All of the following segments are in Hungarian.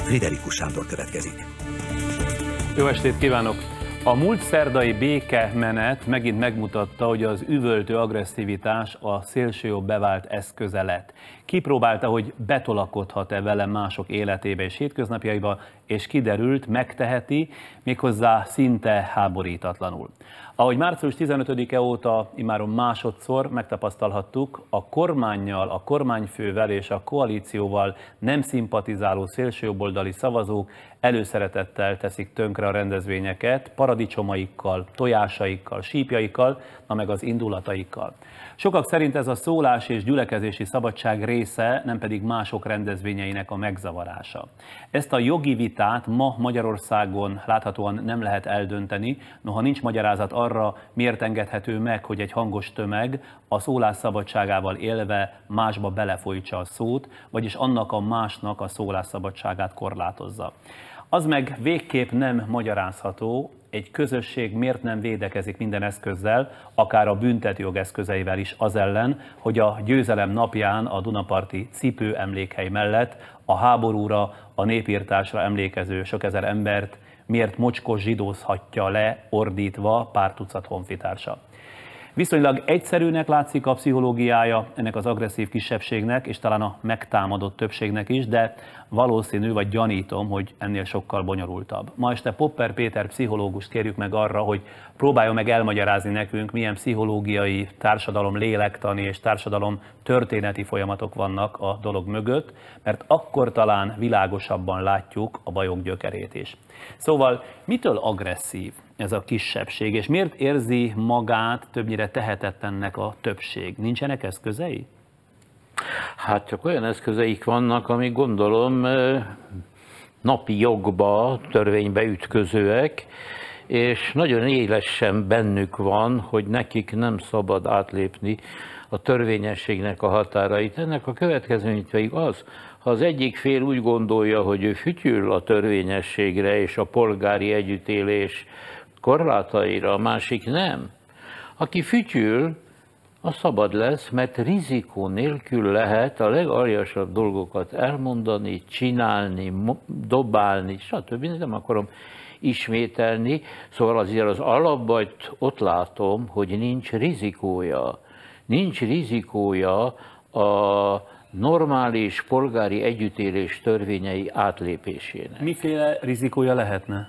Friderikus Sándor következik. Jó estét kívánok! A múlt szerdai békemenet megint megmutatta, hogy az üvöltő agresszivitás a szélsőjobb bevált eszköze lett. Kipróbálta, hogy betolakodhat-e vele mások életébe és hétköznapjaiba, és kiderült, megteheti, méghozzá szinte háborítatlanul. Ahogy március 15-e óta immáron másodszor megtapasztalhattuk, a kormánnyal, a kormányfővel és a koalícióval nem szimpatizáló szélsőjobboldali szavazók előszeretettel teszik tönkre a rendezvényeket, paradicsomaikkal, tojásaikkal, sípjaikkal, na meg az indulataikkal. Sokak szerint ez a szólás és gyülekezési szabadság része, nem pedig mások rendezvényeinek a megzavarása. Ezt a jogi vitát ma Magyarországon láthatóan nem lehet eldönteni, noha nincs magyarázat arra, miért engedhető meg, hogy egy hangos tömeg a szólás szabadságával élve másba belefolytsa a szót, vagyis annak a másnak a szólás szabadságát korlátozza. Az meg végképp nem magyarázható, egy közösség miért nem védekezik minden eszközzel, akár a büntetőjog eszközeivel is az ellen, hogy a győzelem napján a dunaparti cipőemlékhely mellett a háborúra, a népirtásra emlékező sok ezer embert miért mocskos zsidózhatja le, ordítva pár tucat honfitársa. Viszonylag egyszerűnek látszik a pszichológiája ennek az agresszív kisebbségnek, és talán a megtámadott többségnek is, de valószínű, vagy gyanítom, hogy ennél sokkal bonyolultabb. Ma este Popper Péter pszichológust kérjük meg arra, hogy próbálja meg elmagyarázni nekünk, milyen pszichológiai, társadalom lélektani és társadalom történeti folyamatok vannak a dolog mögött, mert akkor talán világosabban látjuk a bajok gyökerét is. Szóval mitől agresszív ez a kisebbség, és miért érzi magát többnyire tehetetlennek a többség? Nincsenek eszközei? Hát csak olyan eszközeik vannak, amik gondolom napi jogba, törvénybe ütközőek, és nagyon élesen bennük van, hogy nekik nem szabad átlépni a törvényességnek a határait. Ennek a következménye pedig az, ha az egyik fél úgy gondolja, hogy ő fütyül a törvényességre és a polgári együttélés korlátaira, a másik nem. Aki fütyül, az szabad lesz, mert rizikó nélkül lehet a legaljasabb dolgokat elmondani, csinálni, dobálni, stb. Nem akarom ismételni. Szóval azért az alapbajt ott látom, hogy nincs rizikója. Nincs rizikója a normális polgári együttélés törvényei átlépésének. Miféle rizikója lehetne?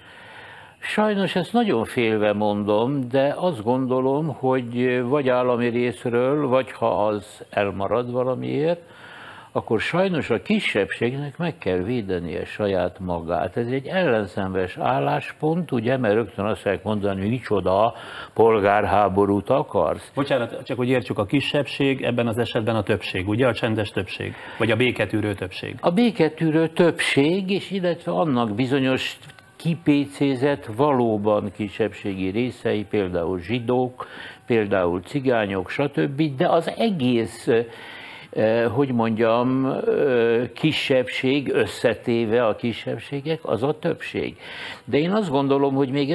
Sajnos ezt nagyon félve mondom, de azt gondolom, hogy vagy állami részről, vagy ha az elmarad valamiért, akkor sajnos a kisebbségnek meg kell védenie saját magát. Ez egy ellenszenves álláspont, ugye, mert rögtön azt kell mondani, hogy micsoda polgárháborút akarsz. Bocsánat, csak hogy értsük, a kisebbség ebben az esetben a többség, ugye, a csendes többség, vagy a béketűrő többség? A béketűrő többség, és illetve annak bizonyos kipécézett valóban kisebbségi részei, például zsidók, például cigányok, stb., de az egész, hogy mondjam, kisebbség, összetéve a kisebbségek, az a többség. De én azt gondolom, hogy még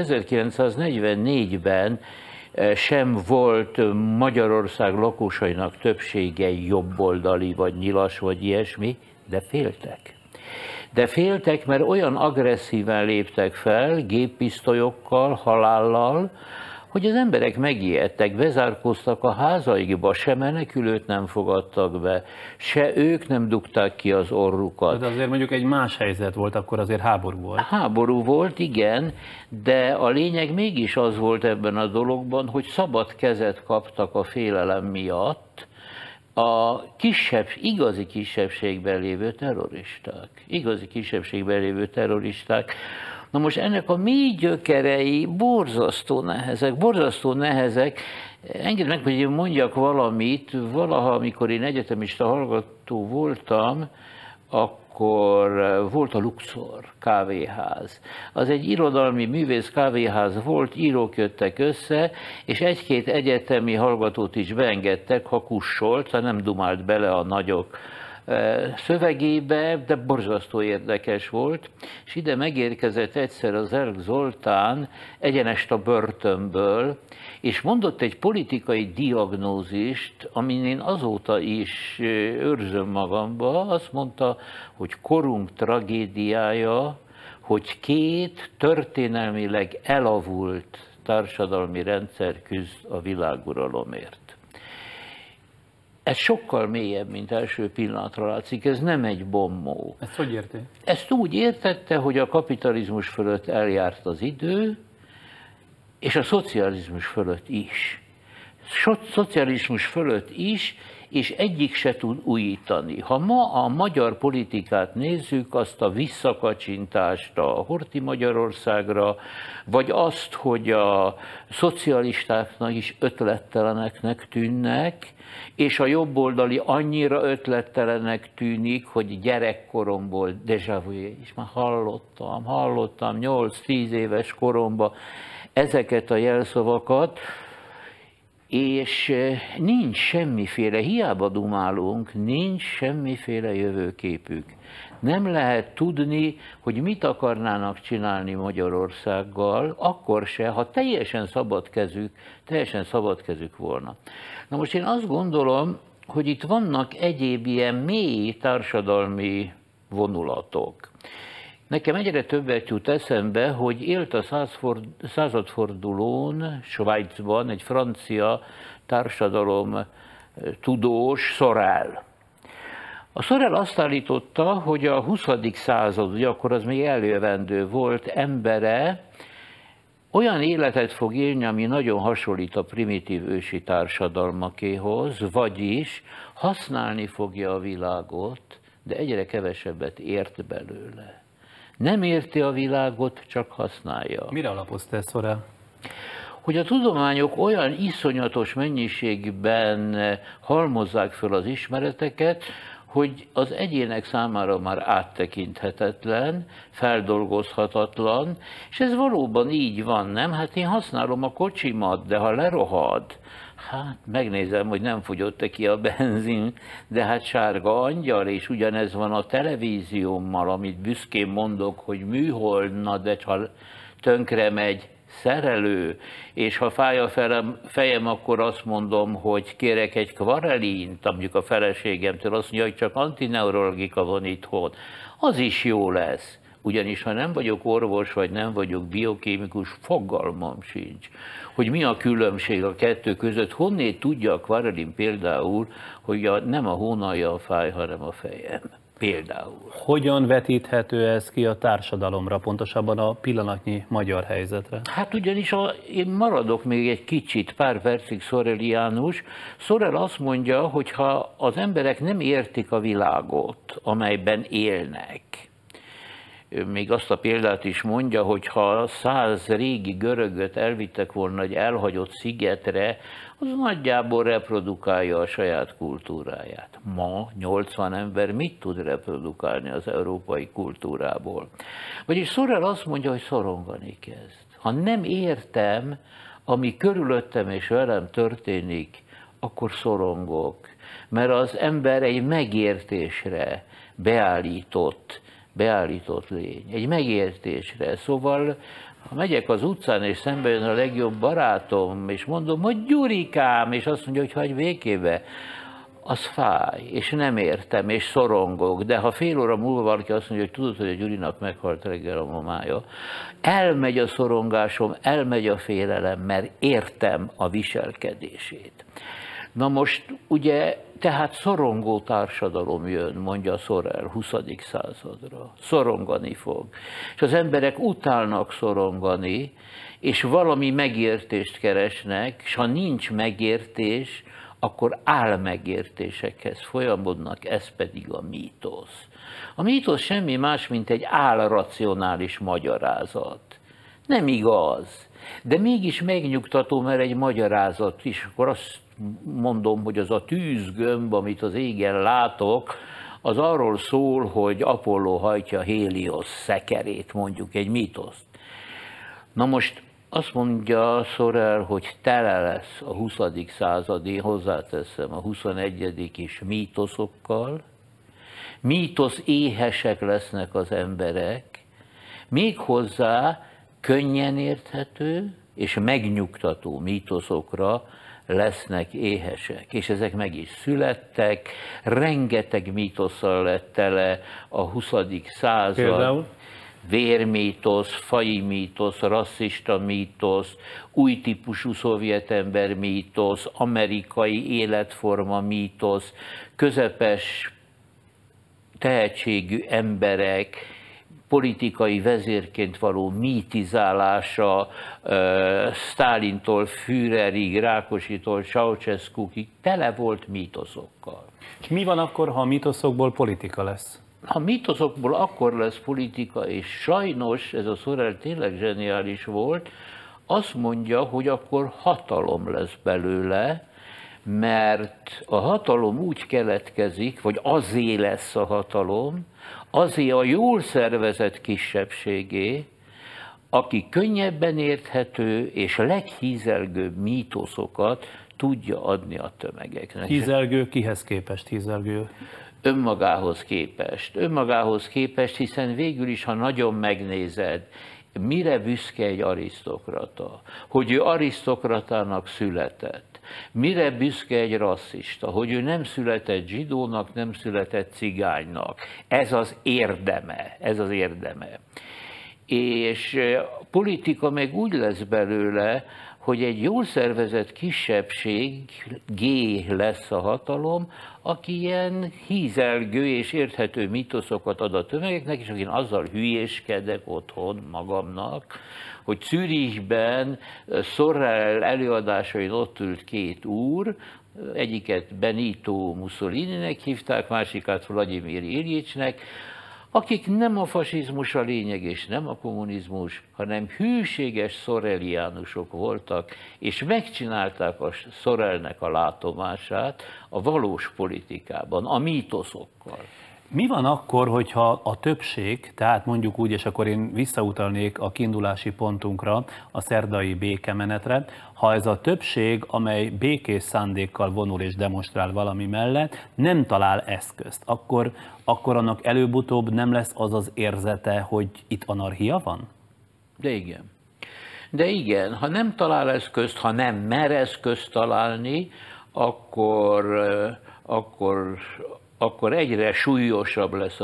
1944-ben sem volt Magyarország lakosainak többsége jobboldali, vagy nyilas, vagy ilyesmi, de féltek. De féltek, mert olyan agresszíven léptek fel, géppisztolyokkal, halállal, hogy az emberek megijedtek, bezárkóztak a házaikba, se menekülőt nem fogadtak be, se ők nem dugták ki az orrukat. De azért mondjuk egy más helyzet volt, akkor azért háború volt. Háború volt, igen, de a lényeg mégis az volt ebben a dologban, hogy szabad kezet kaptak a félelem miatt, a igazi kisebbségben lévő terroristák. Igazi kisebbségben lévő terroristák. Na most ennek a mély gyökerei borzasztó nehezek. Engedd meg, hogy én mondjak valamit. Valaha, amikor én egyetemista hallgató voltam, akkor volt a Luxor kávéház. Az egy irodalmi művész kávéház volt, írók jöttek össze, és egy-két egyetemi hallgatót is beengedtek, ha kussolt, ha nem dumált bele a nagyok szövegébe, de borzasztó érdekes volt, és ide megérkezett egyszer az Erk Zoltán egyenest a börtönből, és mondott egy politikai diagnózist, amin én azóta is őrzöm magamba. Azt mondta, hogy korunk tragédiája, hogy két történelmileg elavult társadalmi rendszer küzd a világuralomért. Ez sokkal mélyebb, mint első pillanatra látszik, ez nem egy bombó. Ezt hogy érti? Ezt úgy értette, hogy a kapitalizmus fölött eljárt az idő, és a szocializmus fölött is. Szocializmus fölött is, és egyik se tud újítani. Ha ma a magyar politikát nézzük, azt a visszakacsintást a Horthy Magyarországra, vagy azt, hogy a szocialistáknak is ötletteleneknek tűnnek, és a jobboldali annyira ötlettelenek tűnik, hogy gyerekkoromból déjà vu, és már hallottam 8-10 éves koromban ezeket a jelszavakat, és nincs semmiféle, hiába dumálunk, nincs semmiféle jövőképük. Nem lehet tudni, hogy mit akarnának csinálni Magyarországgal, akkor se, ha teljesen szabad kezük volna. Na most én azt gondolom, hogy itt vannak egyéb ilyen mély társadalmi vonulatok. Nekem egyre többet jut eszembe, hogy élt a századfordulón Svájcban egy francia társadalom tudós, Sorel. A Sorel azt állította, hogy a 20. század, ugye akkor az még eljövendő volt, embere olyan életet fog élni, ami nagyon hasonlít a primitív ősi társadalmakéhoz, vagyis használni fogja a világot, de egyre kevesebbet ért belőle. Nem érti a világot, csak használja. Mire alapozta ezt Sorel? Hogy a tudományok olyan iszonyatos mennyiségben halmozzák föl az ismereteket, hogy az egyének számára már áttekinthetetlen, feldolgozhatatlan, és ez valóban így van, nem? Hát én használom a kocsimat, de ha lerohad, hát megnézem, hogy nem fogyott-e ki a benzin, de hát sárga angyal, és ugyanez van a televíziómmal, amit büszkén mondok, hogy műhold, na de ha tönkre megy, szerelő, és ha fáj a fejem, akkor azt mondom, hogy kérek egy kvarelint, mondjuk a feleségemtől, azt mondja, hogy csak antineurologika van itthon, az is jó lesz. Ugyanis ha nem vagyok orvos, vagy nem vagyok biokémikus, fogalmam sincs, hogy mi a különbség a kettő között. Honnét tudja a kvarelin például, hogy nem a hónalja a fáj, hanem a fejem. Például. Hogyan vetíthető ez ki a társadalomra, pontosabban a pillanatnyi magyar helyzetre? Hát ugyanis én maradok még egy kicsit, pár percig Soreliánus. Sorel azt mondja, hogy ha az emberek nem értik a világot, amelyben élnek, még azt a példát is mondja, hogy ha 100 régi görögöt elvittek volna egy elhagyott szigetre, az nagyjából reprodukálja a saját kultúráját. Ma 80 ember mit tud reprodukálni az európai kultúrából? Vagyis Sorel azt mondja, hogy szorongani kezd. Ha nem értem, ami körülöttem és velem történik, akkor szorongok. Mert az ember egy megértésre beállított lény, egy megértésre. Szóval, ha megyek az utcán, és szembe jön a legjobb barátom, és mondom, hogy Gyurikám, és azt mondja, hogy hagyj békébe, az fáj, és nem értem, és szorongok, de ha fél óra múlva valaki azt mondja, hogy tudod, hogy a Gyurinak meghalt reggel a mamája, elmegy a szorongásom, elmegy a félelem, mert értem a viselkedését. Na most ugye, tehát szorongó társadalom jön, mondja Sorel, 20. századra. Szorongani fog. És az emberek utálnak szorongani, és valami megértést keresnek, és ha nincs megértés, akkor álmegértésekhez folyamodnak, ez pedig a mítosz. A mítosz semmi más, mint egy álracionális magyarázat. Nem igaz, de mégis megnyugtató, mert egy magyarázat is, akkor azt mondom, hogy az a tűzgömb, amit az égen látok, az arról szól, hogy Apolló hajtja Héliosz szekerét, mondjuk egy mítoszt. Na most azt mondja Sorel, hogy tele lesz a 20. század, én hozzáteszem a 21. is mítoszokkal, mítosz éhesek lesznek az emberek, méghozzá könnyen érthető és megnyugtató mítoszokra lesznek éhesek, és ezek meg is születtek, rengeteg mítosszal lett tele a 20. század. Például? Vérmítosz, faji mítosz, rasszista mítosz, új típusú szovjetember mítosz, amerikai életforma mítosz, közepes tehetségű emberek politikai vezérként való mítizálása, Sztálintól Führerig, Rákositól Ceausescuig tele volt mítoszokkal. És mi van akkor, ha a mítoszokból politika lesz? A mítoszokból akkor lesz politika, és sajnos, ez a Sorel tényleg zseniális volt, azt mondja, hogy akkor hatalom lesz belőle, mert a hatalom úgy keletkezik, vagy azé lesz a hatalom, azé a jól szervezett kisebbségé, aki könnyebben érthető és leghízelgőbb mítoszokat tudja adni a tömegeknek. Hízelgő kihez képest hízelgő? Önmagához képest, hiszen végül is, ha nagyon megnézed, mire büszke egy arisztokrata, hogy ő arisztokratának született, mire büszke egy rasszista, hogy ő nem született zsidónak, nem született cigánynak. Ez az érdeme, És a politika meg úgy lesz belőle, hogy egy jól szervezett kisebbségé lesz a hatalom, aki ilyen hízelgő és érthető mítoszokat ad a tömegeknek, és akin azzal hülyéskedek otthon magamnak, hogy Zürichben Sorel előadásain ott ült két úr, egyiket Benito Mussolininek hívták, másikát Vladimir Ilyicsnek, akik nem a fasizmus a lényeg, és nem a kommunizmus, hanem hűséges szoreliánusok voltak, és megcsinálták a Sorelnek a látomását a valós politikában, a mítoszokkal. Mi van akkor, hogyha a többség, tehát mondjuk úgy, és akkor én visszautalnék a kiindulási pontunkra, a szerdai békemenetre, ha ez a többség, amely békés szándékkal vonul és demonstrál valami mellett, nem talál eszközt, akkor annak előbb-utóbb nem lesz az az érzete, hogy itt anarchia van? De igen, ha nem talál eszközt, ha nem mer eszközt találni, akkor egyre súlyosabb lesz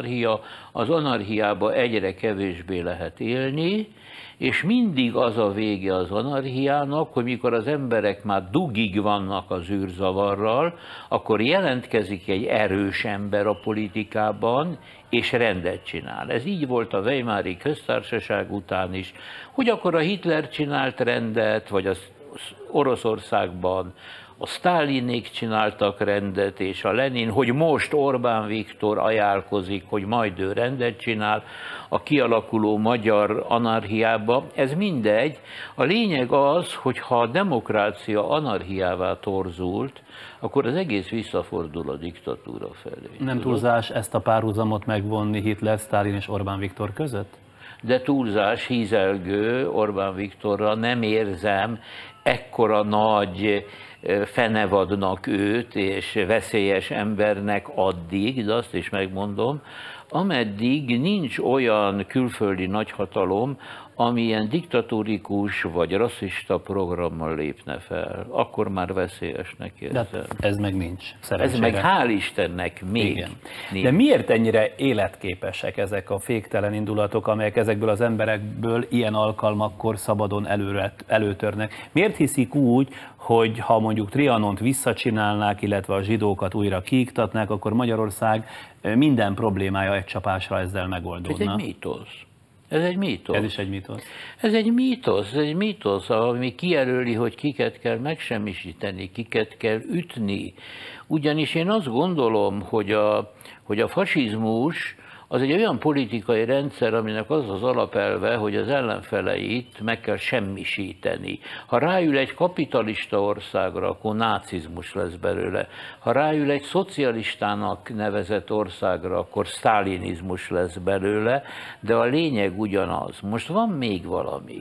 az anarchiába egyre kevésbé lehet élni, és mindig az a vége az anarchiának, hogy mikor az emberek már dugig vannak az űrzavarral, akkor jelentkezik egy erős ember a politikában, és rendet csinál. Ez így volt a Weimári köztársaság után is, hogy akkor a Hitler csinált rendet, vagy az Oroszországban a Sztálinék csináltak rendet, és a Lenin, hogy most Orbán Viktor ajánlkozik, hogy majd ő rendet csinál a kialakuló magyar anarchiába. Ez mindegy. A lényeg az, hogy ha a demokrácia anarchiává torzult, akkor az egész visszafordul a diktatúra felé. Nem túlzás ezt a párhuzamot megvonni Hitler, Sztálin és Orbán Viktor között? De túlzás, hízelgő Orbán Viktorra, nem érzem ekkora nagy fenevadnak őt, és veszélyes embernek addig, de azt is megmondom, ameddig nincs olyan külföldi nagyhatalom, ami ilyen diktatórikus vagy rasszista programmal lépne fel, akkor már veszélyesnek érzem. De ez meg nincs, szerencsére. Ez meg hál' Istennek még Igen. nincs. De miért ennyire életképesek ezek a féktelen indulatok, amelyek ezekből az emberekből ilyen alkalmakkor szabadon előtörnek? Miért hiszik úgy, hogy ha mondjuk Trianont visszacsinálnák, illetve a zsidókat újra kiiktatnák, akkor Magyarország minden problémája egy csapásra ezzel megoldódna? Ez egy mítosz. Ez egy mítosz. Ez is egy mítosz. Ez egy mítosz, ami kijelöli, hogy kiket kell megsemmisíteni, kiket kell ütni. Ugyanis én azt gondolom, hogy a fasizmus az egy olyan politikai rendszer, aminek az az alapelve, hogy az ellenfeleit meg kell semmisíteni. Ha ráül egy kapitalista országra, akkor nácizmus lesz belőle. Ha ráül egy szocialistának nevezett országra, akkor sztálinizmus lesz belőle, de a lényeg ugyanaz. Most van még valami.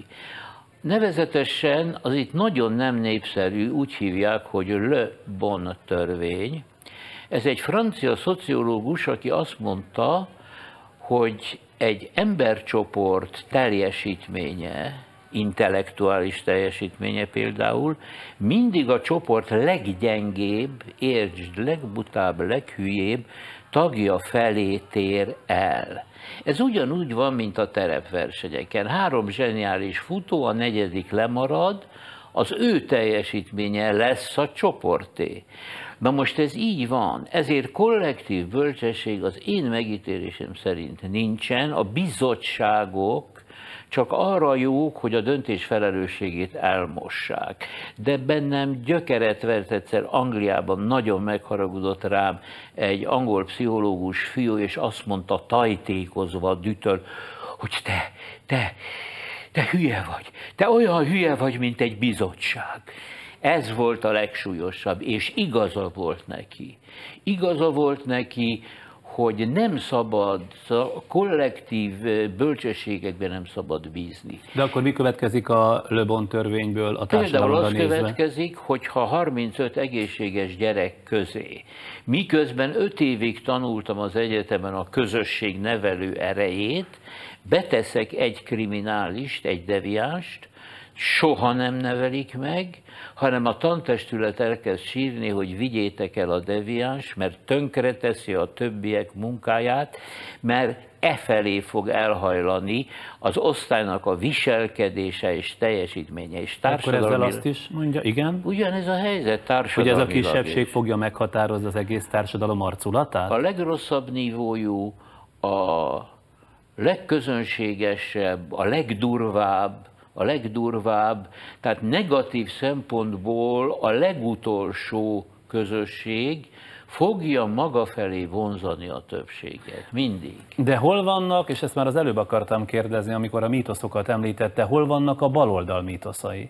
Nevezetesen az itt nagyon nem népszerű, úgy hívják, hogy Le Bon törvény. Ez egy francia szociológus, aki azt mondta, hogy egy embercsoport teljesítménye, intellektuális teljesítménye például, mindig a csoport leggyengébb, értsd, legbutább, leghülyébb tagja felé tér el. Ez ugyanúgy van, mint a terepversenyeken. 3 zseniális futó, a 4. lemarad, az ő teljesítménye lesz a csoporté. Na most ez így van, ezért kollektív bölcsesség az én megítélésem szerint nincsen, a bizottságok csak arra jók, hogy a döntés felelősségét elmossák. De bennem gyökeret vert egyszer Angliában, nagyon megharagudott rám egy angol pszichológus fiú, és azt mondta tajtékozva Dütől, hogy te hülye vagy, te olyan hülye vagy, mint egy bizottság. Ez volt a legsúlyosabb, és igaza volt neki. Igaza volt neki, hogy nem szabad, a kollektív bölcsességekben nem szabad bízni. De akkor mi következik a Le Bon törvényből a társadalomra nézve? Például az következik, hogyha 35 egészséges gyerek közé, miközben 5 évig tanultam az egyetemen a közösség nevelő erejét, beteszek egy kriminálist, egy deviánst, soha nem nevelik meg, hanem a tantestület elkezd sírni, hogy vigyétek el a deviáns, mert tönkreteszi a többiek munkáját, mert efelé fog elhajlani az osztálynak a viselkedése és teljesítménye. És akkor ezzel azt is mondja, igen? Ugyanez a helyzet társadalmilag. Hogy ez a kisebbség fogja meghatározni az egész társadalom arculatát? A legrosszabb nívójú, a legközönségesebb, a legdurvább, tehát negatív szempontból a legutolsó közösség fogja maga felé vonzani a többséget. Mindig. De hol vannak, és ezt már az előbb akartam kérdezni, amikor a mítoszokat említette, hol vannak a baloldal mítoszai?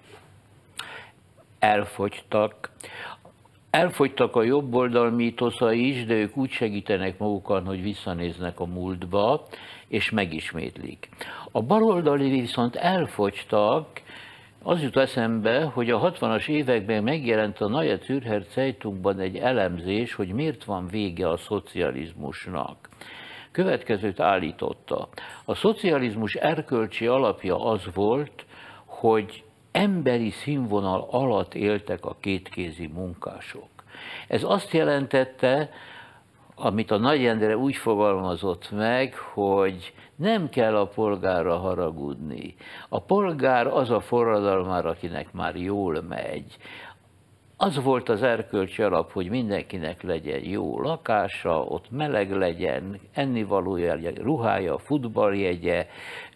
Elfogytak. Elfogytak a jobb oldal mítoszai is, de ők úgy segítenek magukon, hogy visszanéznek a múltba, és megismétlik. A baloldali viszont elfogytak, az jut eszembe, hogy a 60-as években megjelent a Neue Zürcher Zeitungban egy elemzés, hogy miért van vége a szocializmusnak. Következőt állította. A szocializmus erkölcsi alapja az volt, hogy emberi színvonal alatt éltek a kétkézi munkások. Ez azt jelentette, amit a Nagy Endre úgy fogalmazott meg, hogy nem kell a polgárra haragudni. A polgár az a forradalmár, akinek már jól megy. Az volt az erkölcsi alap, hogy mindenkinek legyen jó lakása, ott meleg legyen, ennivalója, ruhája, futballjegye,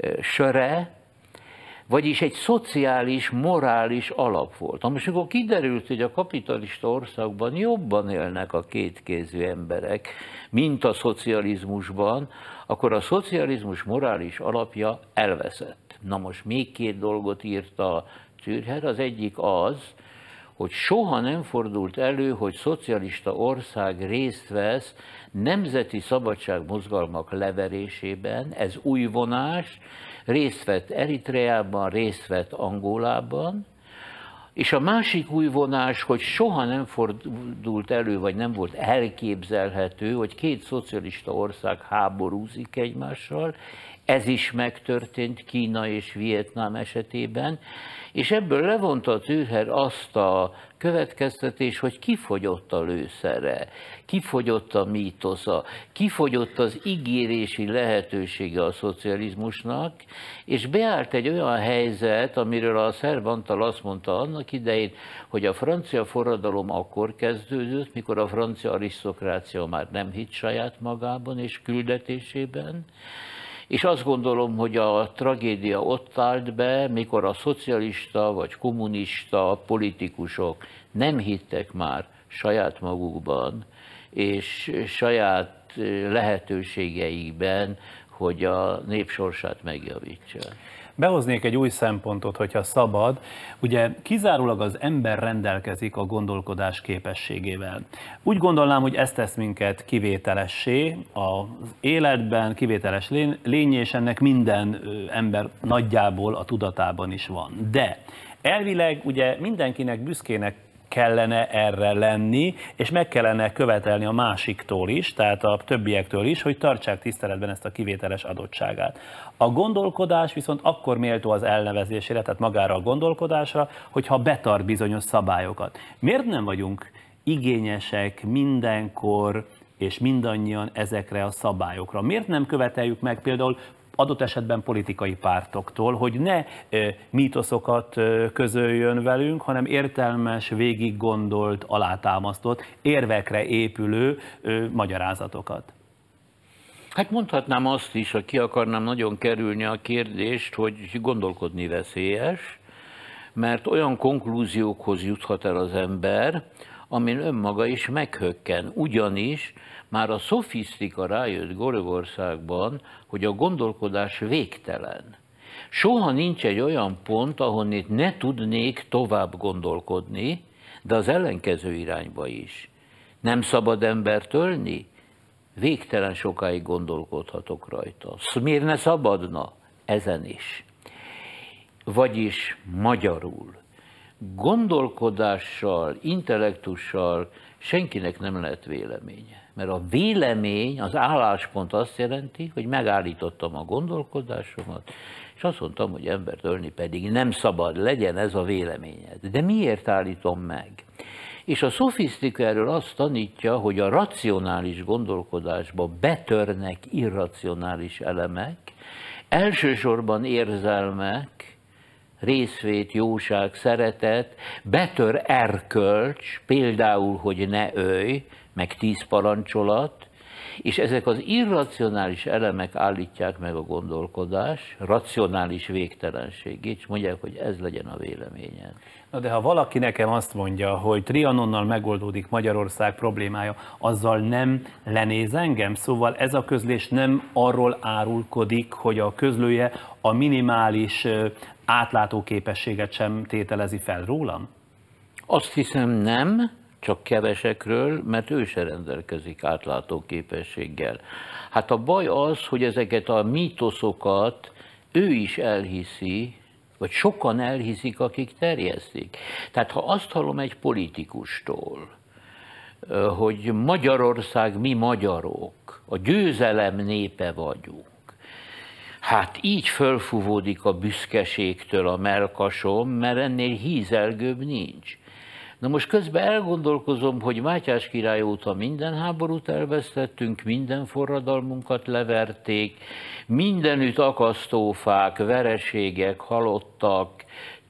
söre, vagyis egy szociális, morális alap volt. Most akkor kiderült, hogy a kapitalista országban jobban élnek a kétkézű emberek, mint a szocializmusban, akkor a szocializmus morális alapja elveszett. Na most még 2 dolgot írt a Zürcher, az egyik az, hogy soha nem fordult elő, hogy szocialista ország részt vesz nemzeti szabadságmozgalmak leverésében, ez új vonás, részt vett Eritreában, részt vett Angolában, és a másik új vonás, hogy soha nem fordult elő, vagy nem volt elképzelhető, hogy 2 szocialista ország háborúzik egymással, ez is megtörtént Kína és Vietnám esetében, és ebből levonta a Zürcher azt a következtetés, hogy kifogyott a lőszere, kifogyott a mítosza, kifogyott az ígérési lehetősége a szocializmusnak, és beállt egy olyan helyzet, amiről a Szerb Antal azt mondta annak idején, hogy a francia forradalom akkor kezdődött, mikor a francia arisztokrácia már nem hitt saját magában és küldetésében, és azt gondolom, hogy a tragédia ott állt be, mikor a szocialista vagy kommunista politikusok nem hittek már saját magukban és saját lehetőségeikben, hogy a nép sorsát megjavítsák. Behoznék egy új szempontot, hogyha szabad. Ugye kizárólag az ember rendelkezik a gondolkodás képességével. Úgy gondolnám, hogy ez tesz minket kivételessé az életben, kivételes lény, és ennek minden ember nagyjából a tudatában is van. De elvileg ugye mindenkinek büszkének kellene erre lenni, és meg kellene követelni a másiktól is, tehát a többiektől is, hogy tartsák tiszteletben ezt a kivételes adottságát. A gondolkodás viszont akkor méltó az elnevezésére, tehát magára a gondolkodásra, hogyha betart bizonyos szabályokat. Miért nem vagyunk igényesek mindenkor és mindannyian ezekre a szabályokra? Miért nem követeljük meg például adott esetben politikai pártoktól, hogy ne mítoszokat közöljön velünk, hanem értelmes, végiggondolt, alátámasztott, érvekre épülő magyarázatokat? Hát mondhatnám azt is, ha ki akarnám nagyon kerülni a kérdést, hogy gondolkodni veszélyes, mert olyan konklúziókhoz juthat el az ember, amin önmaga is meghökken. Ugyanis már a szofisztika rájött Görögországban, hogy a gondolkodás végtelen. Soha nincs egy olyan pont, ahonnét ne tudnék tovább gondolkodni, de az ellenkező irányba is. Nem szabad embert ölni? Végtelen sokáig gondolkodhatok rajta. Miért ne szabadna? Ezen is. Vagyis magyarul. Gondolkodással, intellektussal senkinek nem lehet véleménye. Mert a vélemény, az álláspont azt jelenti, hogy megállítottam a gondolkodásomat, és azt mondtam, hogy embert ölni pedig nem szabad, legyen ez a véleményed. De miért állítom meg? És a szofisztika erről azt tanítja, hogy a racionális gondolkodásba betörnek irracionális elemek, elsősorban érzelmek, részvét, jóság, szeretet, betör erkölcs, például, hogy ne ölj, meg 10 parancsolat, és ezek az irracionális elemek állítják meg a gondolkodás racionális végtelenségét, és mondják, hogy ez legyen a véleményed. Na de ha valaki nekem azt mondja, hogy Trianonnal megoldódik Magyarország problémája, azzal nem lenéz engem? Szóval ez a közlés nem arról árulkodik, hogy a közlője a minimális átlátó képességet sem tételezi fel rólam? Azt hiszem nem, csak kevesekről, mert ő se rendelkezik átlátó képességgel. Hát a baj az, hogy ezeket a mítoszokat ő is elhiszi, vagy sokan elhiszik, akik terjesztik. Tehát ha azt hallom egy politikustól, hogy Magyarország, mi magyarok, a győzelem népe vagyunk, hát így fölfúvódik a büszkeségtől a mellkasom, mert ennél hízelgőbb nincs. Na most közben elgondolkozom, hogy Mátyás király óta minden háborút elvesztettünk, minden forradalmunkat leverték, mindenütt akasztófák, vereségek, halottak,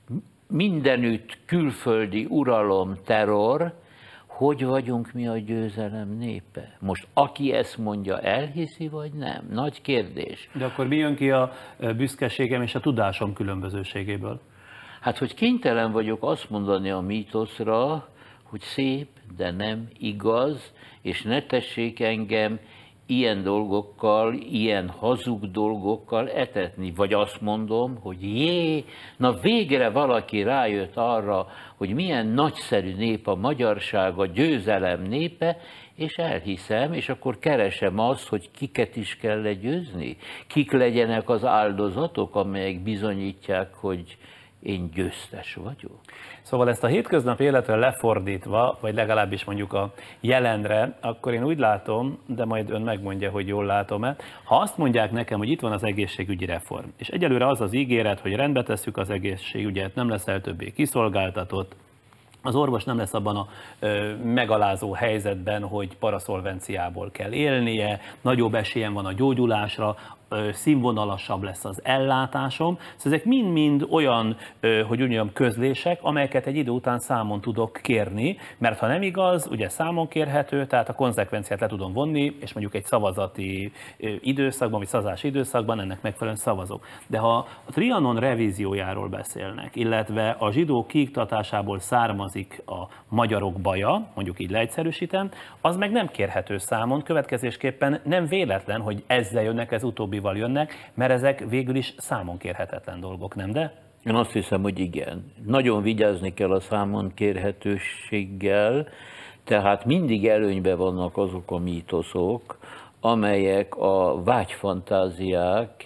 mindenütt külföldi uralom, terror. Hogy vagyunk mi a győzelem népe? Most aki ezt mondja, elhiszi vagy nem? Nagy kérdés. De akkor mi jön ki a büszkeségem és a tudásom különbözőségéből? Hát, hogy kénytelen vagyok azt mondani a mítoszra, hogy szép, de nem igaz, és ne tessék engem ilyen dolgokkal, ilyen hazug dolgokkal etetni. Vagy azt mondom, hogy jé, na végre valaki rájött arra, hogy milyen nagyszerű nép a magyarság, a győzelem népe, és elhiszem, és akkor keresem azt, hogy kiket is kell legyőzni. Kik legyenek az áldozatok, amelyek bizonyítják, hogy én győztes vagyok. Szóval ezt a hétköznapi életre lefordítva, vagy legalábbis mondjuk a jelenre, akkor én úgy látom, de majd ön megmondja, hogy jól látom-e, ha azt mondják nekem, hogy itt van az egészségügyi reform, és egyelőre az az ígéret, hogy rendbe tesszük az egészségügyet, nem leszel többé kiszolgáltatott, az orvos nem lesz abban a megalázó helyzetben, hogy paraszolvenciából kell élnie, nagyobb esélyen van a gyógyulásra, színvonalasabb lesz az ellátásom. Szóval ezek mind-mind olyan, hogy úgy mondjam, közlések, amelyeket egy idő után számon tudok kérni, mert ha nem igaz, ugye számon kérhető, tehát a konzekvenciát le tudom vonni, és mondjuk egy szavazati időszakban, vagy szavazási időszakban ennek megfelelően szavazok. De ha a Trianon revíziójáról beszélnek, illetve a zsidók kiiktatásából származik a magyarok baja, mondjuk így leegyszerűsítem, az meg nem kérhető számon, következésképpen nem véletlen, hogy ezzel jönnek, ez utóbbi jönnek, mert ezek végül is számon kérhetetlen dolgok, nem de? Én azt hiszem, hogy igen. Nagyon vigyázni kell a számon kérhetőséggel, tehát mindig előnyben vannak azok a mítoszok, amelyek a vágyfantáziák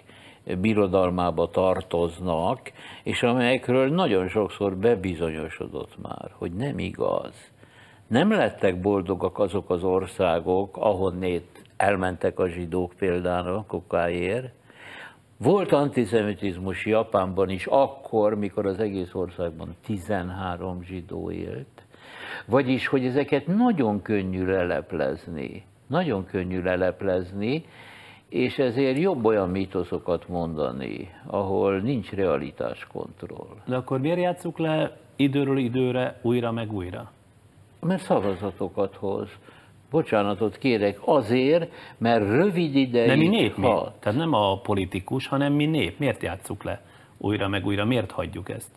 birodalmába tartoznak, és amelyekről nagyon sokszor bebizonyosodott már, hogy nem igaz. Nem lettek boldogak azok az országok, ahonnét elmentek a zsidók például kokáért. Volt antiszemitizmus Japánban is akkor, mikor az egész országban 13 zsidó élt. Vagyis, hogy ezeket nagyon könnyű leleplezni, és ezért jobb olyan mítoszokat mondani, ahol nincs realitáskontroll. De akkor miért játsszuk le időről időre, újra meg újra? Mert szavazatokat hoz. Bocsánatot kérek, azért, mert rövid ideig De mi nép, mi? hat. Tehát nem a politikus, hanem mi nép. Miért játsszuk le újra meg újra? Miért hagyjuk ezt?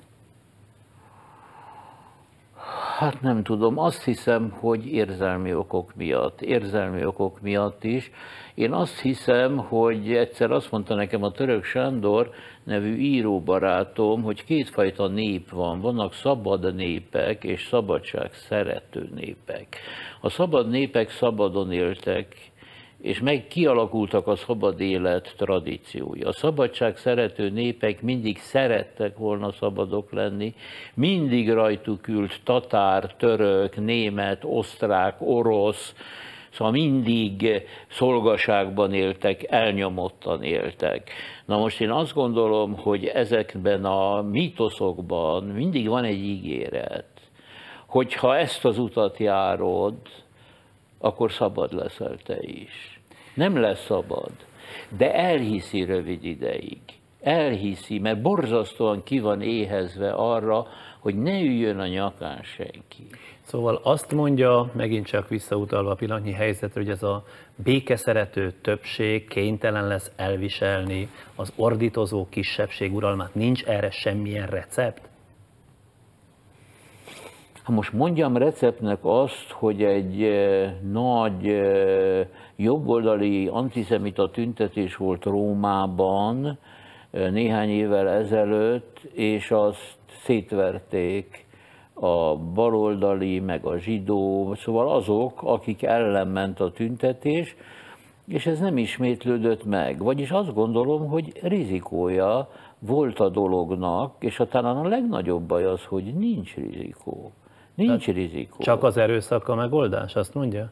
Hát nem tudom, azt hiszem, hogy érzelmi okok miatt is. Én azt hiszem, hogy egyszer azt mondta nekem a Török Sándor nevű íróbarátom, hogy kétfajta nép van. Vannak szabad népek és szabadság szerető népek. A szabad népek szabadon éltek, és kialakultak a szabad élet tradíciói. A szabadság szerető népek mindig szerettek volna szabadok lenni, mindig rajtuk ült tatár, török, német, osztrák, orosz, szóval mindig szolgaságban éltek, elnyomottan éltek. Na most én azt gondolom, hogy ezekben a mítoszokban mindig van egy ígéret, hogyha ezt az utat járod, akkor szabad leszel te is. Nem lesz szabad, de elhiszi rövid ideig. Elhiszi, mert borzasztóan ki van éhezve arra, hogy ne üljön a nyakán senki. Szóval azt mondja, megint csak visszautalva a pillanatnyi helyzetre, hogy ez a békeszerető többség kénytelen lesz elviselni az ordítozó kisebbség uralmát. Nincs erre semmilyen recept? Ha most mondjam receptnek azt, hogy egy nagy jobboldali antiszemita tüntetés volt Rómában néhány évvel ezelőtt, és azt szétverték a baloldali, meg a zsidó, szóval azok, akik ellen ment a tüntetés, és ez nem ismétlődött meg. Vagyis azt gondolom, hogy rizikója volt a dolognak, és talán a legnagyobb baj az, hogy nincs rizikó. Nincs rizikó. Csak az erőszak a megoldás, azt mondja?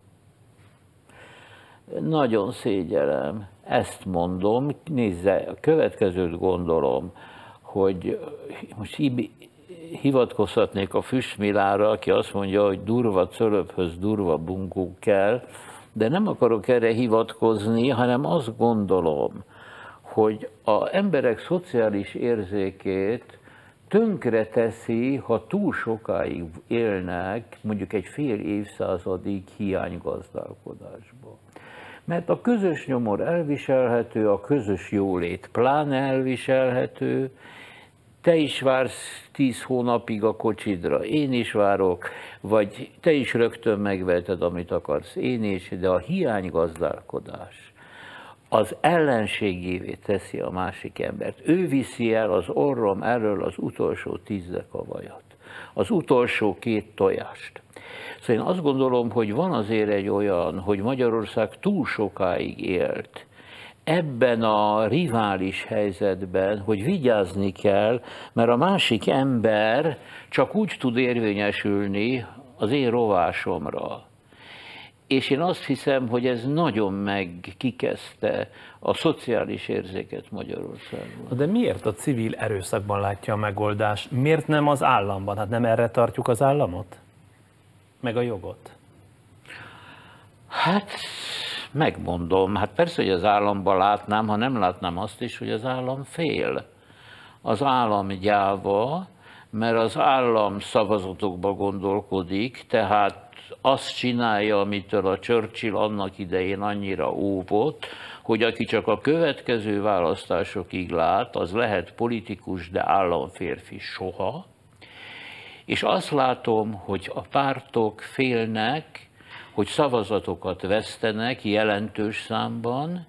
Nagyon szégyellem, ezt mondom, nézze, a következőt gondolom, hogy most hivatkozhatnék a Füstmilára, aki azt mondja, hogy durva cölöphöz durva bunkó kell, de nem akarok erre hivatkozni, hanem azt gondolom, hogy az emberek szociális érzékét tönkre teszi, ha túl sokáig élnek, mondjuk egy fél évszázadig hiánygazdálkodásba. Mert a közös nyomor elviselhető, a közös jólét pláne elviselhető, te is vársz 10 hónapig a kocsidra, én is várok, vagy te is rögtön megveheted, amit akarsz, én is, de a hiánygazdálkodás az ellenségévé teszi a másik embert. Ő viszi el az orrom elől az utolsó 10 dekavajat, az utolsó 2 tojást. Szóval én azt gondolom, hogy van azért egy olyan, hogy Magyarország túl sokáig élt ebben a rivális helyzetben, hogy vigyázni kell, mert a másik ember csak úgy tud érvényesülni az én rovásomra. És én azt hiszem, hogy ez nagyon megkikezdte a szociális érzéket Magyarországon. De miért a civil erőszakban látja a megoldást? Miért nem az államban? Hát nem erre tartjuk az államot? Meg a jogot? Hát megmondom, hát persze, hogy az államban látnám, ha nem látnám azt is, hogy az állam fél. Az állam gyáva, mert az állam szavazatokba gondolkodik, tehát azt csinálja, amitől a Churchill annak idején annyira óvott, hogy aki csak a következő választásokig lát, az lehet politikus, de államférfi soha. És azt látom, hogy a pártok félnek, hogy szavazatokat vesztenek jelentős számban,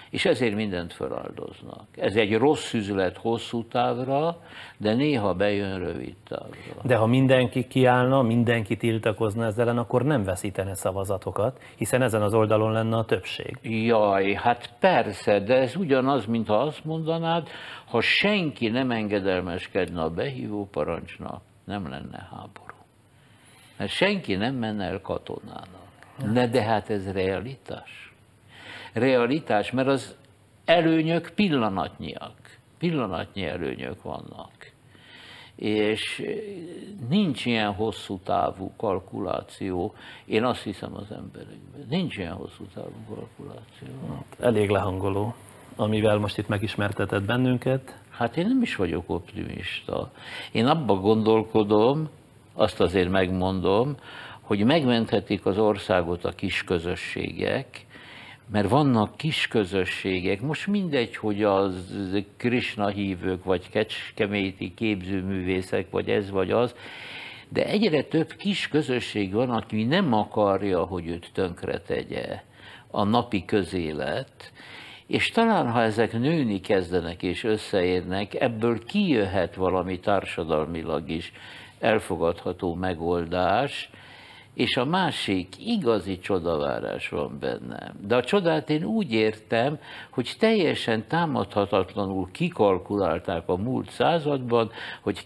és ezért mindent feláldoznak. Ez egy rossz üzlet hosszú távra, de néha bejön rövid távra. De ha mindenki kiállna, mindenki tiltakozna ezzel ellen, akkor nem veszítene szavazatokat, hiszen ezen az oldalon lenne a többség. Jaj, hát persze, de ez ugyanaz, mintha azt mondanád, ha senki nem engedelmeskedne a behívó parancsnak, nem lenne háború. Mert senki nem menne el katonának. De hát ez realitás. Realitás, mert az előnyök pillanatnyiak. Pillanatnyi előnyök vannak. És nincs ilyen hosszú távú kalkuláció, én azt hiszem az emberekben. Nincs ilyen hosszú távú kalkuláció. Elég lehangoló, amivel most itt megismertetett bennünket. Hát én nem is vagyok optimista. Én abba gondolkodom, azt azért megmondom, hogy megmenthetik az országot a kis közösségek, mert vannak kis közösségek, most mindegy, hogy az Krisna hívők, vagy kecskeméti képzőművészek, vagy ez vagy az, de egyre több kis közösség van, aki nem akarja, hogy őt tönkretegye a napi közélet, és talán, ha ezek nőni kezdenek és összeérnek, ebből kijöhet valami társadalmilag is elfogadható megoldás, és a másik igazi csodavárás van bennem. De a csodát én úgy értem, hogy teljesen támadhatatlanul kikalkulálták a múlt században, hogy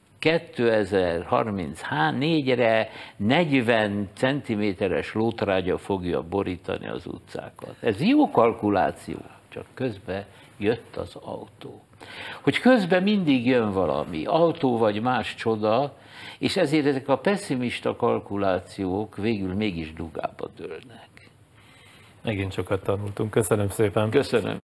2034-re 40 centiméteres lótrágya fogja borítani az utcákat. Ez jó kalkuláció, csak közben jött az autó. Hogy közben mindig jön valami, autó vagy más csoda, és ezért ezek a pesszimista kalkulációk végül mégis dugába dőlnek. Megint sokat tanultunk. Köszönöm szépen. Köszönöm.